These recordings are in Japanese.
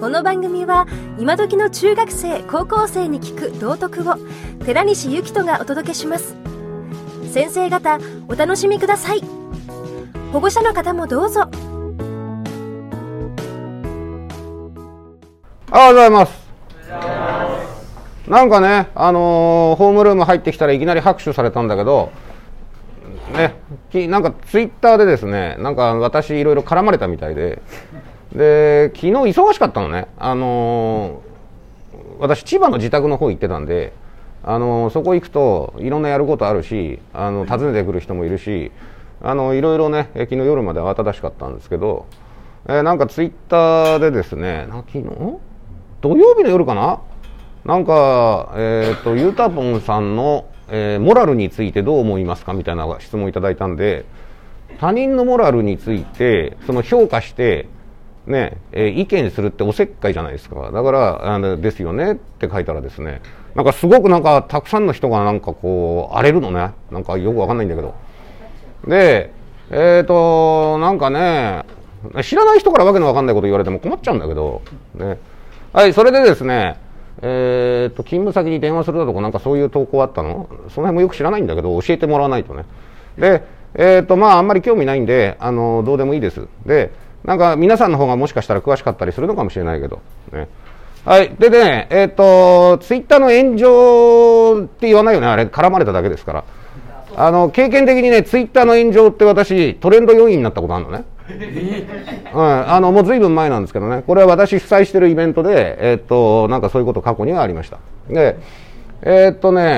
の番組は今時の中学生高校生に聞く道徳を寺西幸人がお届けします。先生方お楽しみください。保護者の方もどうぞ。 おはようございます。なんかね、ホームルーム入ってきたらいきなり拍手されたんだけどね、なんかツイッターでですね、なんか私いろいろ絡まれたみたいで、昨日忙しかったのね。私千葉の自宅の方行ってたんで、そこ行くといろんなやることあるし、訪ねてくる人もいるし、いろいろね、昨日夜まで慌ただしかったんですけど、なんかツイッターでですね、昨日土曜日の夜かな、なんかゆうたぽんさんの、モラルについてどう思いますかみたいな質問をいただいたんで、他人のモラルについてその評価してね、意見するっておせっかいじゃないですか。だからですよねって書いたらですね、なんかすごくなんかたくさんの人がなんかこう荒れるのね。なんかよくわかんないんだけど、でなんかね、知らない人からわけのわかんないこと言われても困っちゃうんだけどね。はい、それでですね、勤務先に電話するだとかなんかそういう投稿あったの？その辺もよく知らないんだけど教えてもらわないとね。でまああんまり興味ないんでどうでもいいです。でなんか皆さんの方がもしかしたら詳しかったりするのかもしれないけどね。はい。でね、ツイッターの炎上って言わないよね。あれ絡まれただけですから。経験的にね、ツイッターの炎上って私トレンド4位になったことあるのね。もうずいぶん前なんですけどね、これは私主催してるイベントで、なんかそういうこと過去にはありました。で、ち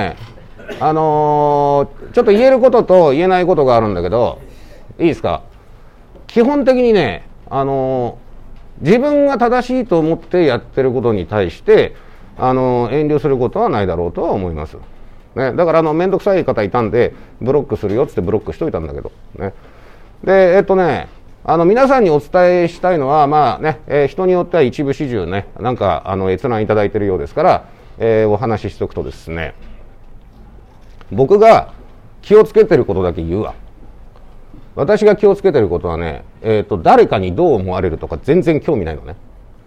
ょっと言えることと言えないことがあるんだけど、いいですか。基本的にね、自分が正しいと思ってやってることに対して、遠慮することはないだろうとは思います。ね、だからめんどくさい方いたんで、ブロックするよっつってブロックしといたんだけど。ね、で、皆さんにお伝えしたいのは、まあね、人によっては一部始終ね、なんか閲覧いただいているようですから、お話ししておくとですね、僕が気をつけてることだけ言うわ。私が気をつけてることはね、誰かにどう思われるとか全然興味ないのね。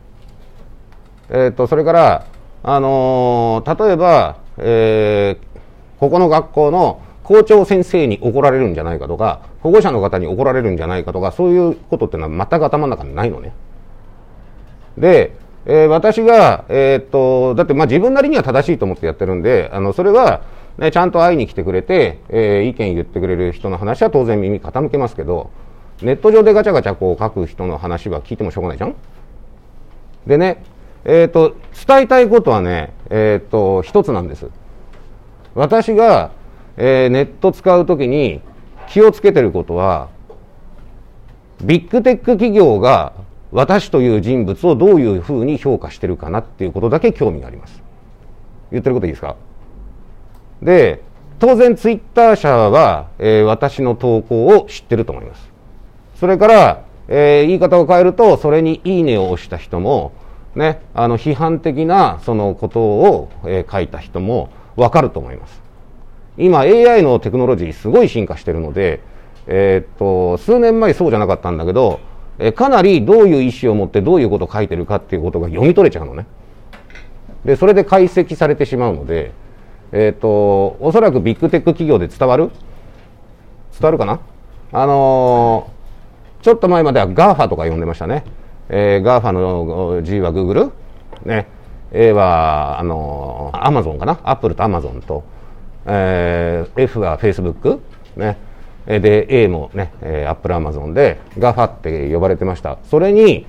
それから、例えば、ここの学校の校長先生に怒られるんじゃないかとか、保護者の方に怒られるんじゃないかとか、そういうことってのは全く頭の中にないのね。で、私が、だってまあ自分なりには正しいと思ってやってるんで、それは、ね、ちゃんと会いに来てくれて、意見言ってくれる人の話は当然耳傾けますけど、ネット上でガチャガチャこう書く人の話は聞いてもしょうがないじゃん。でね、伝えたいことはね、一つなんです。私が、ネット使うときに気をつけてることは、ビッグテック企業が私という人物をどういうふうに評価してるかなっていうことだけ興味があります。言ってることいいですか？で、当然ツイッター社は、私の投稿を知ってると思います。それから、言い方を変えると、それにいいねを押した人もね、批判的なそのことを、書いた人もわかると思います。今 AI のテクノロジーすごい進化してるので、数年前そうじゃなかったんだけど、かなりどういう意思を持ってどういうことを書いてるかっていうことが読み取れちゃうのね。で、それで解析されてしまうので、おそらくビッグテック企業で伝わるかな。ちょっと前までは GAFA とか呼んでましたね。GAFA の G は Google、ね、A はAmazon かな。Apple と Amazon と、F は Facebook、ね、で A もね、Apple Amazon で GAFA って呼ばれてました。それに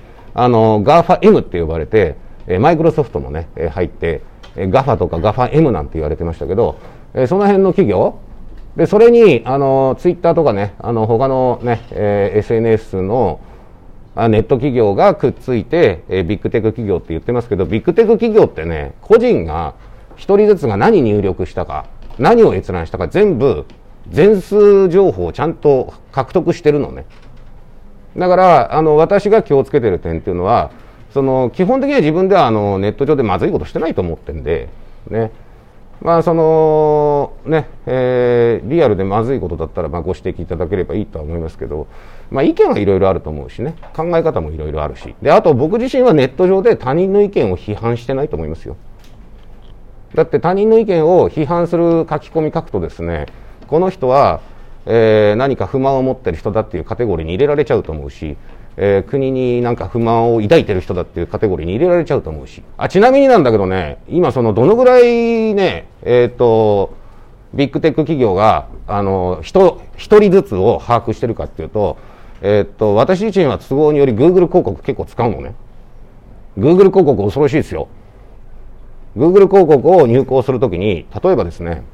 GAFAM って呼ばれて、マイクロソフトもね入って、GAFA とか GAFAM なんて言われてましたけど、その辺の企業で、それにツイッターとかね、他のね、SNS のネット企業がくっついて、ビッグテック企業って言ってますけど、ビッグテック企業ってね、個人が一人ずつが何入力したか、何を閲覧したか、全部全数情報をちゃんと獲得してるのね。だから私が気をつけてる点っていうのは、基本的には自分ではネット上でまずいことしてないと思ってんでね。 そのね、リアルでまずいことだったらご指摘いただければいいとは思いますけど、意見はいろいろあると思うしね、考え方もいろいろあるし、であと僕自身はネット上で他人の意見を批判してないと思いますよ。だって他人の意見を批判する書き込み書くとですね、この人は、何か不満を持ってる人だっていうカテゴリーに入れられちゃうと思うし、国になんか不満を抱いてる人だっていうカテゴリーに入れられちゃうと思うし、ちなみになんだけどね、今そのどのぐらいね、ビッグテック企業が一人ずつを把握してるかっていうと、私自身は都合により Google 広告結構使うのね。Google 広告恐ろしいですよ。Google 広告を入稿するときに、例えばですね、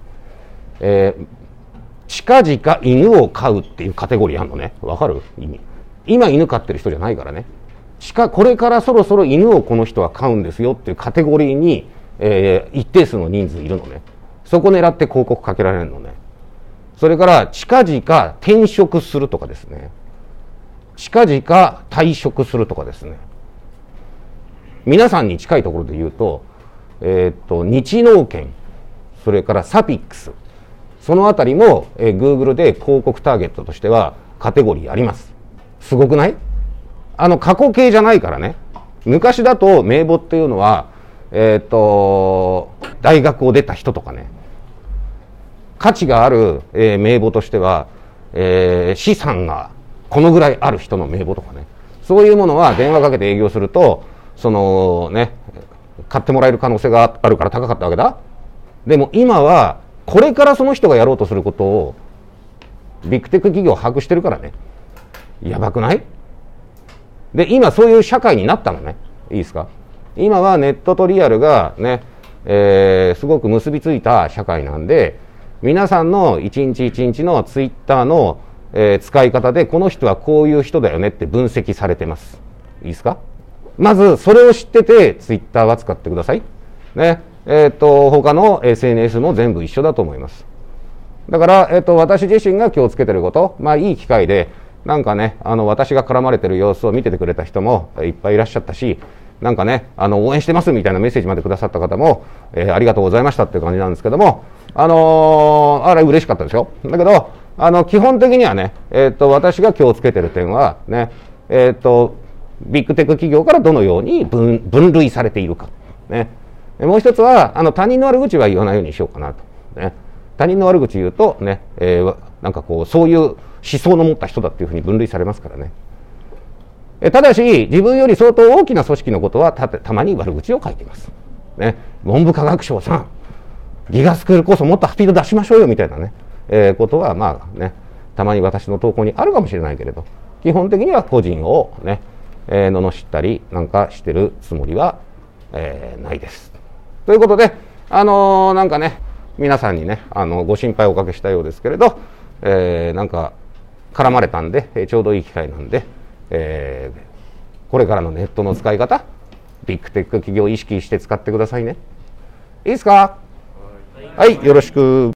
近々犬を飼うっていうカテゴリーあるのね。わかる意味。今犬飼ってる人じゃないからね。これからそろそろ犬をこの人は飼うんですよっていうカテゴリーに、一定数の人数いるのね。そこ狙って広告かけられるのね。それから近々転職するとかですね。近々退職するとかですね。皆さんに近いところで言うと、日農研、それからサピックス、そのあたりも、Google で広告ターゲットとしてはカテゴリーあります。すごくない？過去形じゃないからね。昔だと名簿っていうのは、大学を出た人とかね、価値がある、名簿としては、資産がこのぐらいある人の名簿とかね、そういうものは電話かけて営業すると、そのね、買ってもらえる可能性があるから高かったわけだ。でも今はこれからその人がやろうとすることをビッグテック企業把握してるからね。やばくない？で今そういう社会になったのね。いいですか？今はネットとリアルがね、すごく結びついた社会なんで、皆さんの一日一日のツイッターの、使い方でこの人はこういう人だよねって分析されてます。いいですか？まずそれを知っててツイッターは使ってください。ね、他の SNS も全部一緒だと思います。だから、私自身が気をつけてること、いい機会で、なんかね、私が絡まれてる様子を見ててくれた人もいっぱいいらっしゃったし、なんかね、応援してますみたいなメッセージまでくださった方も、ありがとうございましたっていう感じなんですけども、あれ嬉しかったですよ。だけど、基本的にはね、私が気をつけてる点は、ね、ビッグテック企業からどのように分類されているか。ね、もう一つは、他人の悪口は言わないようにしようかなと。ね、他人の悪口言うとね、なんかこう、そういう思想の持った人だっていうふうに分類されますからね。ただし、自分より相当大きな組織のことはたまに悪口を書いています。ね、文部科学省さん、ギガスクールこそもっとスピード出しましょうよみたいなね、ことはたまに私の投稿にあるかもしれないけれど、基本的には個人をね、罵ったりなんかしてるつもりは、ないです。ということで、なんかね、皆さんにね、ご心配をおかけしたようですけれど、なんか絡まれたんで、ちょうどいい機会なんで、これからのネットの使い方、ビッグテック企業を意識して使ってくださいね。いいですか？はい、よろしく。